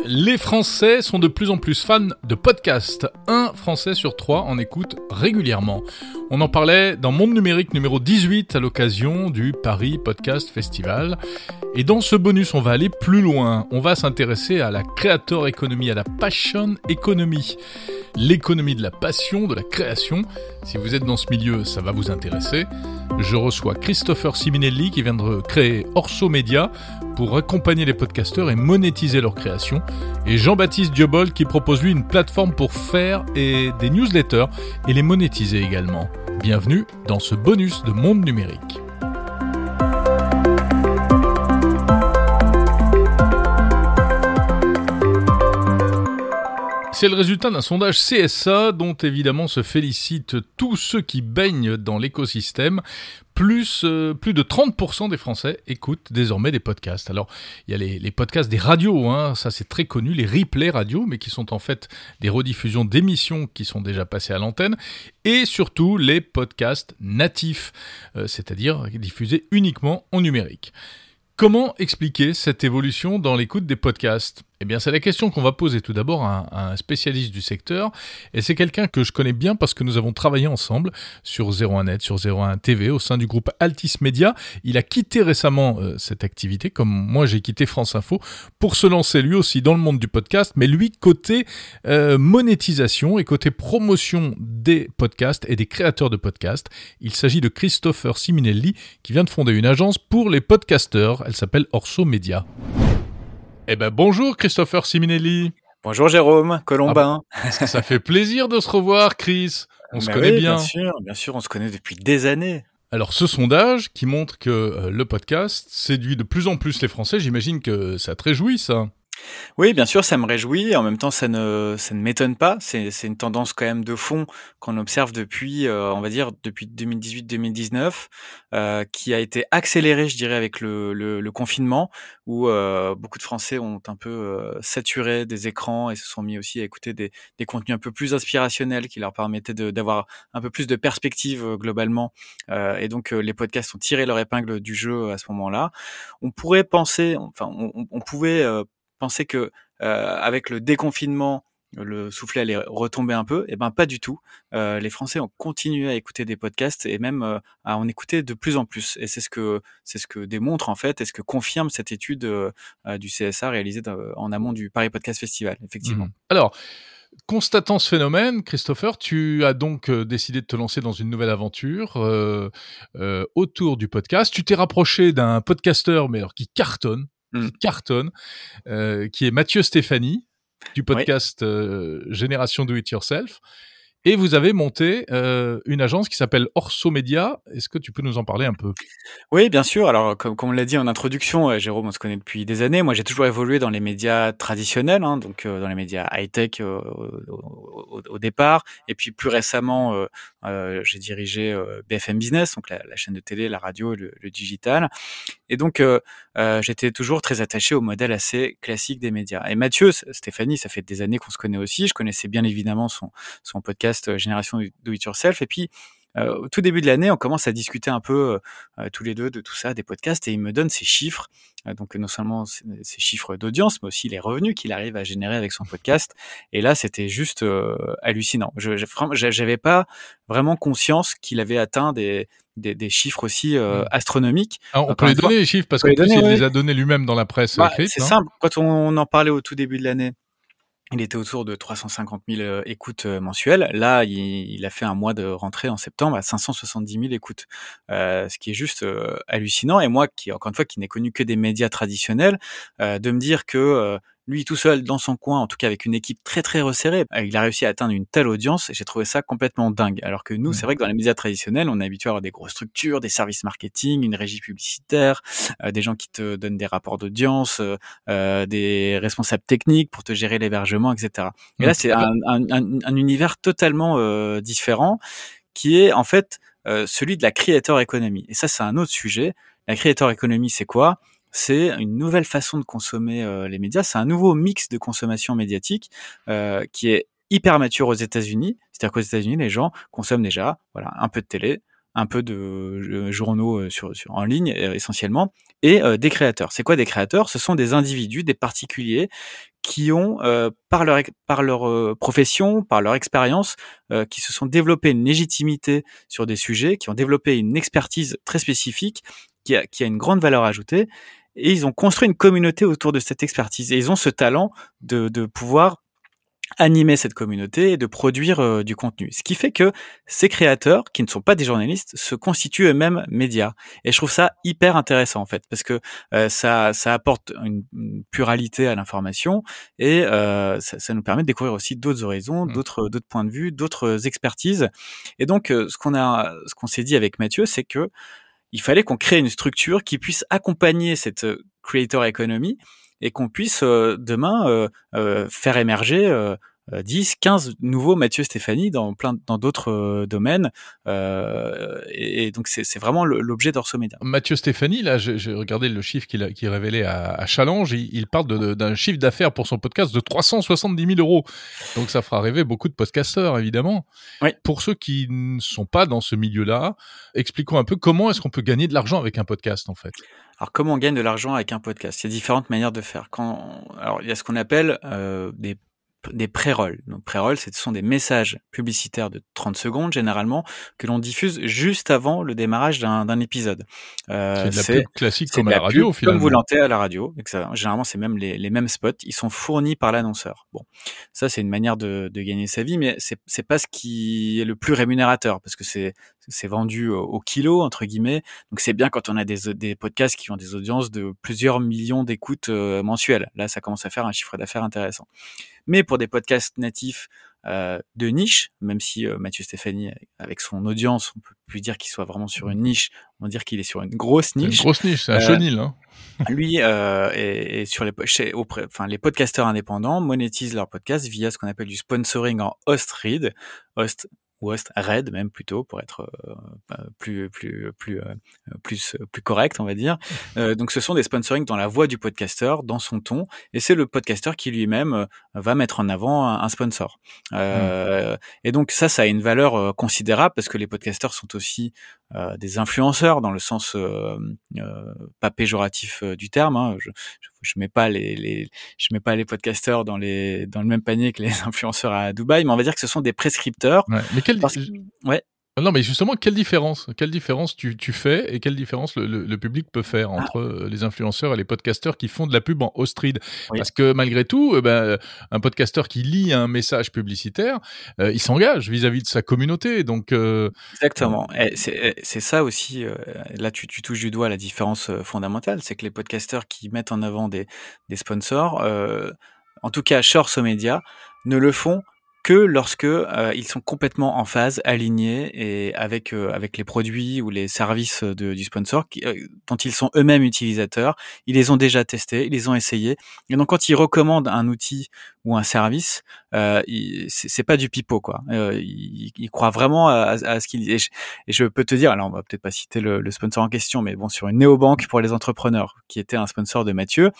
Les Français sont de plus en plus fans de podcasts. Un Français sur 3 en écoute régulièrement. On en parlait dans Monde Numérique numéro 18 à l'occasion du Paris Podcast Festival. Et dans ce bonus, on va aller plus loin. On va s'intéresser à la creator economy, à la passion economy. L'économie de la passion, de la création. Si vous êtes dans ce milieu, ça va vous intéresser. Je reçois Christopher Siminelli qui vient de créer Orso Media pour accompagner les podcasteurs et monétiser leur création. Et Jean-Baptiste Diobol qui propose lui une plateforme pour faire des newsletters et les monétiser également. Bienvenue dans ce bonus de Monde Numérique. C'est le résultat d'un sondage CSA dont évidemment se félicitent tous ceux qui baignent dans l'écosystème. Plus de 30% des Français écoutent désormais des podcasts. Alors, il y a les podcasts des radios, ça c'est très connu, les replays radio, mais qui sont en fait des rediffusions d'émissions qui sont déjà passées à l'antenne, et surtout les podcasts natifs, c'est-à-dire diffusés uniquement en numérique. Comment expliquer cette évolution dans l'écoute des podcasts ? Eh bien, c'est la question qu'on va poser tout d'abord à un spécialiste du secteur. Et c'est quelqu'un que je connais bien parce que nous avons travaillé ensemble sur 01net, sur 01 TV, au sein du groupe Altis Media. Il a quitté récemment cette activité, comme moi j'ai quitté France Info, pour se lancer lui aussi dans le monde du podcast, mais lui côté monétisation et côté promotion des podcasts et des créateurs de podcasts. Il s'agit de Christopher Siminelli qui vient de fonder une agence pour les podcasteurs. Elle s'appelle Orso Media. Eh ben bonjour Christopher Siminelli. Bonjour Jérôme, Colombin. Ça fait plaisir de se revoir Chris, on se connaît bien. Bien sûr, on se connaît depuis des années. Alors ce sondage qui montre que le podcast séduit de plus en plus les Français, j'imagine que ça te réjouit ça. Oui, bien sûr, ça me réjouit. En même temps, ça ne m'étonne pas. C'est une tendance quand même de fond qu'on observe depuis, on va dire, depuis 2018-2019, qui a été accélérée, je dirais, avec le confinement, où beaucoup de Français ont un peu saturé des écrans et se sont mis aussi à écouter des contenus un peu plus inspirationnels qui leur permettaient d'avoir un peu plus de perspective globalement. Et donc, les podcasts ont tiré leur épingle du jeu à ce moment-là. On pourrait penser, enfin, on pouvait penser que avec le déconfinement, le soufflet allait retomber un peu. Eh ben pas du tout. Les Français ont continué à écouter des podcasts et même à en écouter de plus en plus. Et c'est ce que démontre en fait et ce que confirme cette étude du CSA réalisée en amont du Paris Podcast Festival, effectivement. Alors, constatant ce phénomène, Christopher, tu as donc décidé de te lancer dans une nouvelle aventure autour du podcast. Tu t'es rapproché d'un podcasteur, mais alors qui cartonne, qui est Mathieu Stéphanie, du podcast Génération Do It Yourself. Et vous avez monté une agence qui s'appelle Orso Media. Est-ce que tu peux nous en parler un peu ? Oui, bien sûr. Alors, comme on l'a dit en introduction, Jérôme, on se connaît depuis des années. Moi, j'ai toujours évolué dans les médias traditionnels, donc dans les médias high-tech au départ. Et puis, plus récemment, j'ai dirigé BFM Business, donc la chaîne de télé, la radio, le digital. Et donc, j'étais toujours très attaché au modèle assez classique des médias. Et Mathieu Stéphanie, ça fait des années qu'on se connaît aussi. Je connaissais bien évidemment son podcast Génération Do It Yourself. Et puis, au tout début de l'année, on commence à discuter un peu tous les deux de tout ça, des podcasts, et il me donne ses chiffres. Donc, non seulement ses chiffres d'audience, mais aussi les revenus qu'il arrive à générer avec son podcast. Et là, c'était juste hallucinant. J'avais pas vraiment conscience qu'il avait atteint des chiffres aussi astronomiques. Alors, on peut les donner les chiffres parce qu'en plus, il les a donnés lui-même dans la presse écrite. C'est simple. Quand on en parlait au tout début de l'année, il était autour de 350 000 écoutes mensuelles. Là, il a fait un mois de rentrée en septembre à 570 000 écoutes, ce qui est juste hallucinant. Et moi, encore une fois, qui n'ai connu que des médias traditionnels, de me dire que lui tout seul dans son coin, en tout cas avec une équipe très très resserrée, il a réussi à atteindre une telle audience et j'ai trouvé ça complètement dingue. Alors que nous, c'est vrai que dans les médias traditionnels, on est habitué à avoir des grosses structures, des services marketing, une régie publicitaire, des gens qui te donnent des rapports d'audience, des responsables techniques pour te gérer l'hébergement, etc. Et là, c'est un univers totalement différent qui est en fait celui de la creator economy. Et ça, c'est un autre sujet. La creator economy, c'est quoi ? C'est une nouvelle façon de consommer les médias. C'est un nouveau mix de consommation médiatique qui est hyper mature aux États-Unis. C'est-à-dire qu'aux États-Unis, les gens consomment déjà un peu de télé, un peu de journaux en ligne essentiellement, et des créateurs. C'est quoi des créateurs ? Ce sont des individus, des particuliers qui ont, par leur profession, par leur expérience, qui se sont développés une légitimité sur des sujets, qui ont développé une expertise très spécifique, qui a une grande valeur ajoutée, et ils ont construit une communauté autour de cette expertise. Et ils ont ce talent de pouvoir animer cette communauté et de produire du contenu. Ce qui fait que ces créateurs, qui ne sont pas des journalistes, se constituent eux-mêmes médias. Et je trouve ça hyper intéressant en fait, parce que ça apporte une pluralité à l'information et ça nous permet de découvrir aussi d'autres horizons, d'autres points de vue, d'autres expertises. Et donc ce qu'on s'est dit avec Mathieu, c'est que il fallait qu'on crée une structure qui puisse accompagner cette creator economy et qu'on puisse demain faire émerger 10, 15 nouveaux Mathieu Stéphanie dans d'autres domaines. Et donc c'est vraiment l'objet d'Orso Média. Mathieu Stéphanie, là, j'ai regardé le chiffre qu'il révélait à Challenge. Il parle d'un chiffre d'affaires pour son podcast de 370 000 €. Donc ça fera rêver beaucoup de podcasteurs, évidemment. Oui. Pour ceux qui ne sont pas dans ce milieu-là, expliquons un peu comment est-ce qu'on peut gagner de l'argent avec un podcast, en fait. Alors, comment on gagne de l'argent avec un podcast? Il y a différentes manières de faire. Alors, il y a ce qu'on appelle des pré-rolls. Donc, pré-rolls, ce sont des messages publicitaires de 30 secondes, généralement, que l'on diffuse juste avant le démarrage d'un épisode. C'est de la pub classique comme à la radio, finalement. Comme vous l'entendez à la radio. Généralement, c'est même les mêmes spots. Ils sont fournis par l'annonceur. Bon. Ça, c'est une manière de gagner sa vie, mais c'est pas ce qui est le plus rémunérateur, parce que c'est vendu au kilo, entre guillemets. Donc, c'est bien quand on a des podcasts qui ont des audiences de plusieurs millions d'écoutes mensuelles. Là, ça commence à faire un chiffre d'affaires intéressant. Mais pour des podcasts natifs de niche, même si Mathieu Stéphanie, avec son audience, on peut plus dire qu'il soit vraiment sur une niche, on va dire qu'il est sur une grosse niche. C'est une grosse niche, c'est un chenil. Hein. Lui et sur les podcasteurs indépendants monétisent leur podcast via ce qu'on appelle du sponsoring en host-read, ou host-read même plutôt, pour être plus correct, on va dire. Donc ce sont des sponsorings dans la voix du podcasteur, dans son ton, et c'est le podcasteur qui lui-même va mettre en avant un sponsor. Et donc ça a une valeur considérable, parce que les podcasteurs sont aussi des influenceurs, dans le sens pas péjoratif du terme. Hein. Je mets pas les podcasteurs dans le même panier que les influenceurs à Dubaï, mais on va dire que ce sont des prescripteurs. Ouais. Mais non, mais justement, quelle différence tu fais, et quelle différence le public peut faire entre les influenceurs et les podcasteurs qui font de la pub en host-read? Oui. Parce que malgré tout, un podcasteur qui lit un message publicitaire, il s'engage vis-à-vis de sa communauté. Donc, exactement. Et c'est ça aussi. Là, tu touches du doigt la différence fondamentale, c'est que les podcasteurs qui mettent en avant des sponsors, en tout cas chez Orso Média, ne le font que lorsque ils sont complètement en phase, alignés, et avec les produits ou les services du sponsor dont ils sont eux-mêmes utilisateurs. Ils les ont déjà testés, ils les ont essayés, et donc quand ils recommandent un outil ou un service, c'est pas du pipeau, quoi. Ils croient vraiment à ce qu'ils disent. Et je peux te dire, alors on va peut-être pas citer le sponsor en question, mais bon, sur une néobanque pour les entrepreneurs, qui était un sponsor de Mathieu,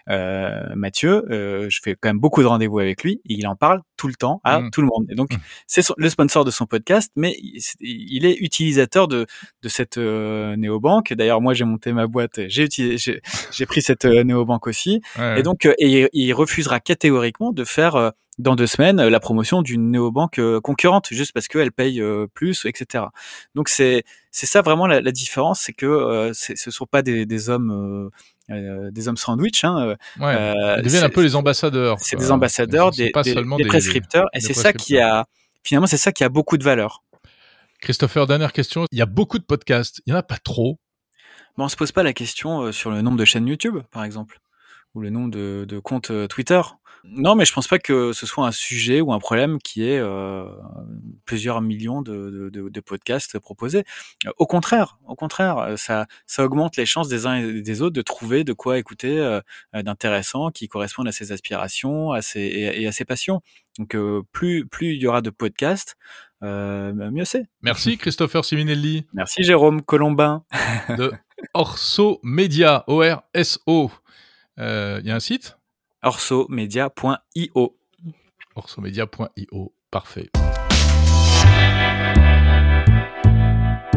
je fais quand même beaucoup de rendez-vous avec lui, et il en parle tout le temps à tout le monde. Et donc c'est le sponsor de son podcast, mais il est utilisateur de cette néobanque. D'ailleurs, moi j'ai monté ma boîte, j'ai pris cette néobanque aussi. Ouais. Et donc il refusera catégoriquement de faire dans 2 semaines la promotion d'une néobanque concurrente, juste parce qu'elle paye plus, etc. Donc c'est ça vraiment la différence, c'est que ce sont pas des hommes sandwich, hein. Ils deviennent un peu les ambassadeurs. C'est des ambassadeurs, des prescripteurs, et c'est ça qui a beaucoup de valeur. Christopher, dernière question. Il y a beaucoup de podcasts, il y en a pas trop. On se pose pas la question sur le nombre de chaînes YouTube, par exemple, ou le nombre de comptes Twitter. Non, mais je pense pas que ce soit un sujet ou un problème qui ait plusieurs millions de podcasts proposés. Au contraire, ça augmente les chances des uns et des autres de trouver de quoi écouter d'intéressant, qui correspondent à ses aspirations, et à ses passions. Donc plus il y aura de podcasts, mieux c'est. Merci Christopher Siminelli. Merci Jérôme Colombin. De Orso Média, ORSO. Il y a un site ? orsomedia.io. orsomedia.io, parfait.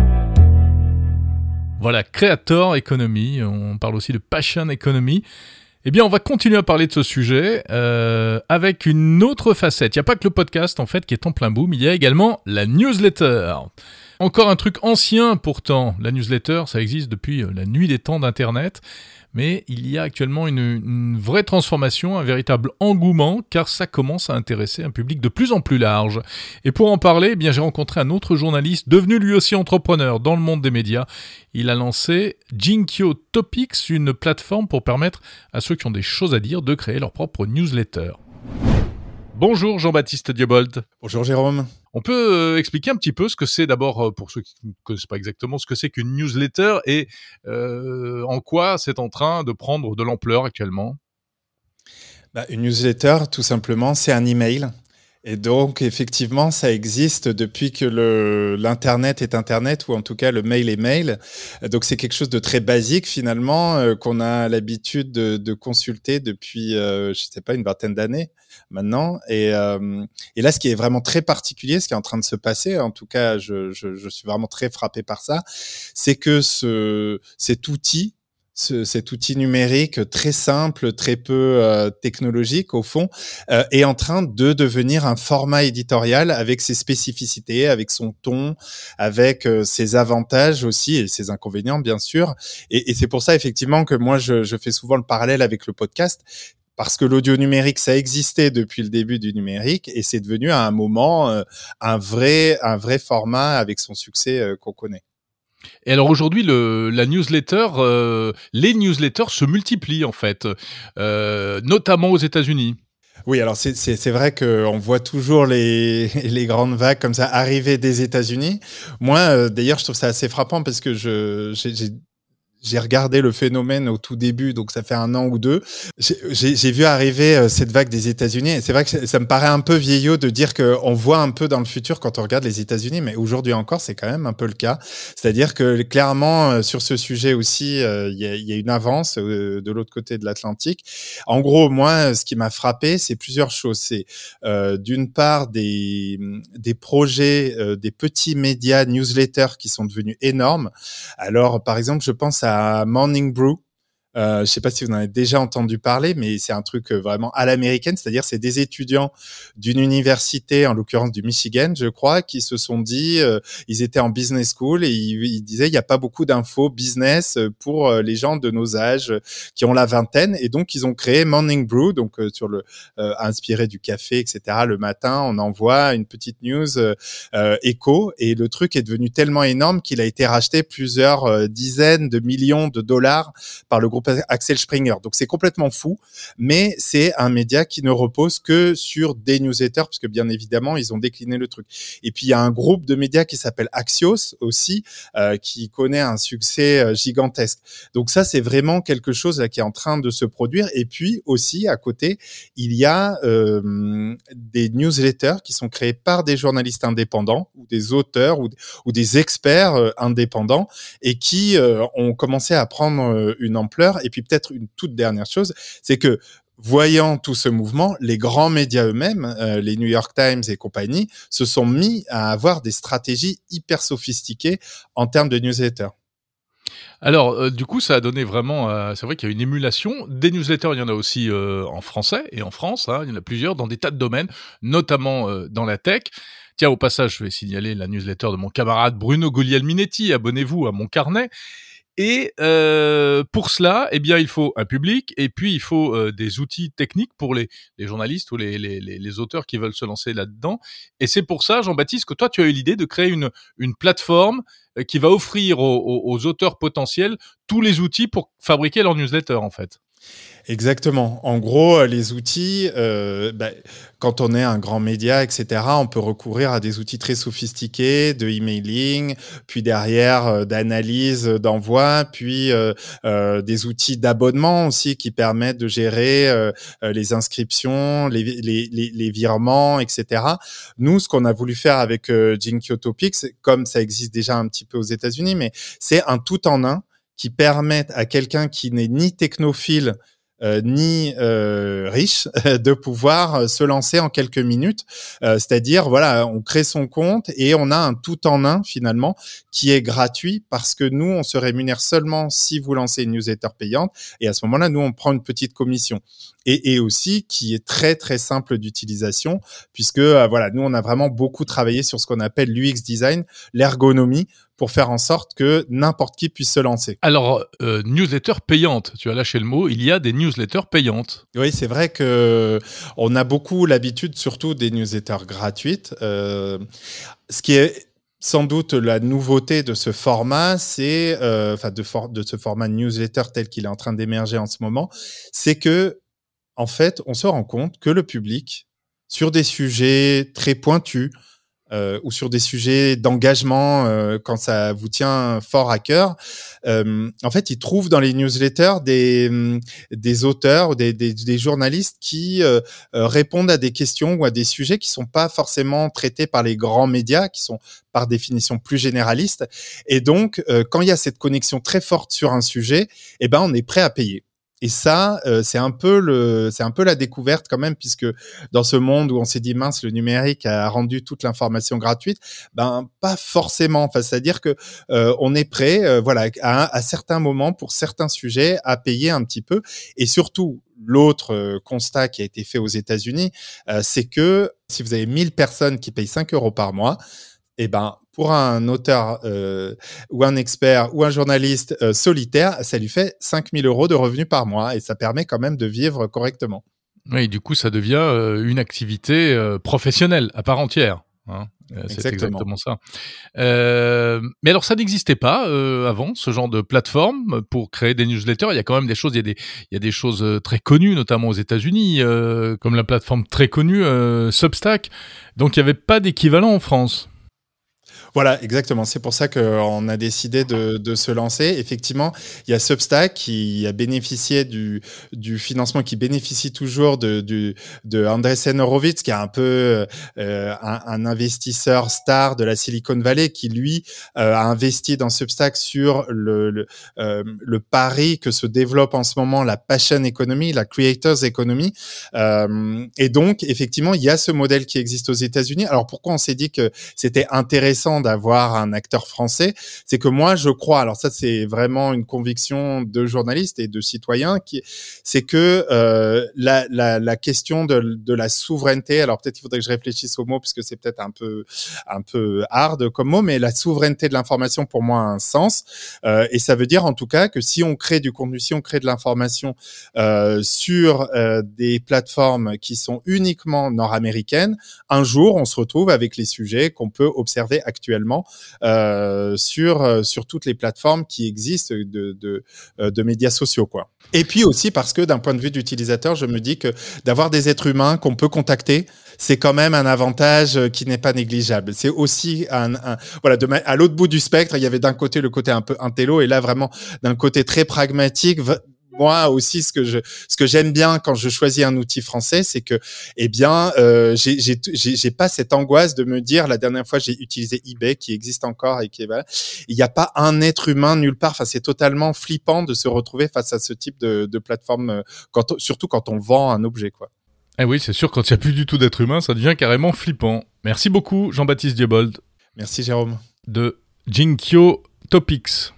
Voilà, Creator Economy, on parle aussi de Passion Economy. Eh bien, on va continuer à parler de ce sujet avec une autre facette. Il n'y a pas que le podcast, en fait, qui est en plein boom. Il y a également la newsletter. Encore un truc ancien, pourtant. La newsletter, ça existe depuis la nuit des temps d'Internet. Mais il y a actuellement une vraie transformation, un véritable engouement, car ça commence à intéresser un public de plus en plus large. Et pour en parler, eh bien, j'ai rencontré un autre journaliste, devenu lui aussi entrepreneur dans le monde des médias. Il a lancé Jinkyo Topics, une plateforme pour permettre à ceux qui ont des choses à dire de créer leur propre newsletter. Bonjour Jean-Baptiste Diebold. Bonjour Jérôme. On peut expliquer un petit peu ce que c'est d'abord, pour ceux qui ne connaissent pas exactement, ce que c'est qu'une newsletter et en quoi c'est en train de prendre de l'ampleur actuellement? Une newsletter, tout simplement, c'est un email. Et donc, effectivement, ça existe depuis que l'Internet est Internet, ou en tout cas le mail est mail. Donc, c'est quelque chose de très basique, finalement, qu'on a l'habitude de consulter depuis, je sais pas, une vingtaine d'années maintenant. Et là, ce qui est vraiment très particulier, ce qui est en train de se passer, en tout cas, je suis vraiment très frappé par ça, c'est que cet outil numérique très simple, très peu technologique au fond, est en train de devenir un format éditorial avec ses spécificités, avec son ton, avec ses avantages aussi et ses inconvénients bien sûr. Et c'est pour ça effectivement que moi je fais souvent le parallèle avec le podcast. Parce que l'audio numérique, ça existait depuis le début du numérique et c'est devenu à un moment un vrai format avec son succès qu'on connaît. Et alors aujourd'hui, la newsletter, les newsletters se multiplient en fait, notamment aux États-Unis. Oui, alors c'est vrai qu'on voit toujours les grandes vagues comme ça arriver des États-Unis. Moi, d'ailleurs, je trouve ça assez frappant parce que j'ai regardé le phénomène au tout début, donc ça fait 1 an ou 2. J'ai vu arriver cette vague des États-Unis et c'est vrai que ça me paraît un peu vieillot de dire qu'on voit un peu dans le futur quand on regarde les États-Unis, mais aujourd'hui encore, c'est quand même un peu le cas. C'est-à-dire que clairement, sur ce sujet aussi, il y a une avance de l'autre côté de l'Atlantique. En gros, moi, ce qui m'a frappé, c'est plusieurs choses. C'est d'une part des projets, des petits médias newsletters qui sont devenus énormes. Alors, par exemple, je pense à Morning Brew. Je sais pas si vous en avez déjà entendu parler, mais c'est un truc vraiment à l'américaine, c'est-à-dire c'est des étudiants d'une université, en l'occurrence du Michigan, je crois, qui se sont dit, ils étaient en business school et ils disaient il n'y a pas beaucoup d'infos business pour les gens de nos âges qui ont la vingtaine, et donc ils ont créé Morning Brew, donc sur inspiré du café, etc. Le matin, on envoie une petite news écho, et le truc est devenu tellement énorme qu'il a été racheté plusieurs dizaines de millions de dollars par le groupe Axel Springer. Donc c'est complètement fou, mais c'est un média qui ne repose que sur des newsletters, parce que bien évidemment, ils ont décliné le truc. Et puis il y a un groupe de médias qui s'appelle Axios aussi, qui connaît un succès gigantesque. Donc ça, c'est vraiment quelque chose là qui est en train de se produire. Et puis aussi, à côté, il y a des newsletters qui sont créés par des journalistes indépendants, ou des auteurs, ou des experts indépendants, et qui ont commencé à prendre une ampleur. Et puis peut-être une toute dernière chose, c'est que voyant tout ce mouvement, les grands médias eux-mêmes, les New York Times et compagnie, se sont mis à avoir des stratégies hyper sophistiquées en termes de newsletters. Alors, du coup, ça a donné vraiment... c'est vrai qu'il y a une émulation. Des newsletters, il y en a aussi en français et en France. Hein, il y en a plusieurs dans des tas de domaines, notamment dans la tech. Tiens, au passage, je vais signaler la newsletter de mon camarade Bruno Guglielminetti. Abonnez-vous à mon carnet. Et pour cela, eh bien, il faut un public et puis il faut des outils techniques pour les journalistes ou les auteurs qui veulent se lancer là-dedans. Et c'est pour ça, Jean-Baptiste, que toi, tu as eu l'idée de créer une plateforme qui va offrir aux auteurs potentiels tous les outils pour fabriquer leur newsletter, en fait. Exactement. En gros, les outils, quand on est un grand média, etc., on peut recourir à des outils très sophistiqués de emailing, puis derrière d'analyse, d'envoi, puis des outils d'abonnement aussi qui permettent de gérer les inscriptions, les virements, etc. Nous, ce qu'on a voulu faire avec Jinkyo Topics, comme ça existe déjà un petit peu aux États-Unis, mais c'est un tout en un qui permet à quelqu'un qui n'est ni technophile ni riche de pouvoir se lancer en quelques minutes. C'est-à-dire, voilà, on crée son compte et on a un tout en un finalement qui est gratuit parce que nous, on se rémunère seulement si vous lancez une newsletter payante et à ce moment-là, nous, on prend une petite commission. Et aussi qui est très très simple d'utilisation puisque voilà, nous on a vraiment beaucoup travaillé sur ce qu'on appelle l'UX design, l'ergonomie pour faire en sorte que n'importe qui puisse se lancer. Alors, newsletter payante, tu as lâché le mot, il y a des newsletters payantes. Oui, c'est vrai que on a beaucoup l'habitude, surtout des newsletters gratuites. Ce qui est sans doute la nouveauté de ce format, c'est de ce format newsletter tel qu'il est en train d'émerger en ce moment, c'est que en fait, on se rend compte que le public, sur des sujets très pointus ou sur des sujets d'engagement, quand ça vous tient fort à cœur, en fait, il trouve dans les newsletters des auteurs, des journalistes qui répondent à des questions ou à des sujets qui sont pas forcément traités par les grands médias, qui sont par définition plus généralistes. Et donc, quand il y a cette connexion très forte sur un sujet, eh ben, on est prêt à payer. Et ça, c'est un peu la découverte quand même, puisque dans ce monde où on s'est dit mince, le numérique a rendu toute l'information gratuite, ben pas forcément. Enfin, c'est-à-dire que on est prêt, voilà, à certains moments pour certains sujets à payer un petit peu. Et surtout, l'autre constat qui a été fait aux États-Unis, c'est que si vous avez 1000 personnes qui payent 5 € par mois, eh ben, pour un auteur ou un expert ou un journaliste solitaire, ça lui fait 5 000 € de revenus par mois et ça permet quand même de vivre correctement. Oui, du coup, ça devient une activité professionnelle à part entière. Hein. C'est exactement ça. Mais alors, ça n'existait pas avant, ce genre de plateforme pour créer des newsletters. Il y a quand même des choses, il y a des choses très connues, notamment aux États-Unis, comme la plateforme très connue Substack. Donc, il n'y avait pas d'équivalent en France. Voilà, exactement. C'est pour ça qu'on a décidé de se lancer. Effectivement, il y a Substack qui a bénéficié du financement, qui bénéficie toujours de Andreessen Horowitz, qui est un peu un investisseur star de la Silicon Valley, qui lui a investi dans Substack sur le pari que se développe en ce moment la passion economy, la creators economy. Et donc, effectivement, il y a ce modèle qui existe aux États-Unis. Alors, pourquoi on s'est dit que c'était intéressant d'avoir un acteur français, c'est que moi je crois, alors ça c'est vraiment une conviction de journaliste et de citoyen, c'est que la question de la souveraineté, alors peut-être il faudrait que je réfléchisse au mot parce que c'est peut-être un peu hard comme mot, mais la souveraineté de l'information pour moi a un sens et ça veut dire en tout cas que si on crée du contenu, si on crée de l'information sur des plateformes qui sont uniquement nord-américaines, un jour on se retrouve avec les sujets qu'on peut observer actuellement sur toutes les plateformes qui existent de médias sociaux, quoi. Et puis aussi parce que d'un point de vue d'utilisateur, je me dis que d'avoir des êtres humains qu'on peut contacter, c'est quand même un avantage qui n'est pas négligeable. C'est aussi voilà, à l'autre bout du spectre, il y avait d'un côté le côté un peu intello et là vraiment d'un côté très pragmatique. Moi aussi, ce que j'aime bien quand je choisis un outil français, c'est que, eh bien, j'ai pas cette angoisse de me dire, la dernière fois, j'ai utilisé eBay, qui existe encore et qui est, voilà, il n'y a pas un être humain nulle part. Enfin, c'est totalement flippant de se retrouver face à ce type de plateforme, surtout quand on vend un objet, quoi. Eh oui, c'est sûr, quand il n'y a plus du tout d'être humain, ça devient carrément flippant. Merci beaucoup, Jean-Baptiste Diebold. Merci, Jérôme. De Jinkyo Topics.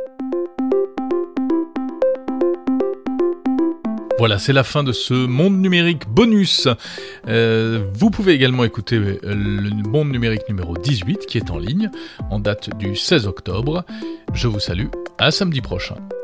Voilà, c'est la fin de ce Monde Numérique bonus. Vous pouvez également écouter le Monde Numérique numéro 18 qui est en ligne, en date du 16 octobre. Je vous salue, à samedi prochain.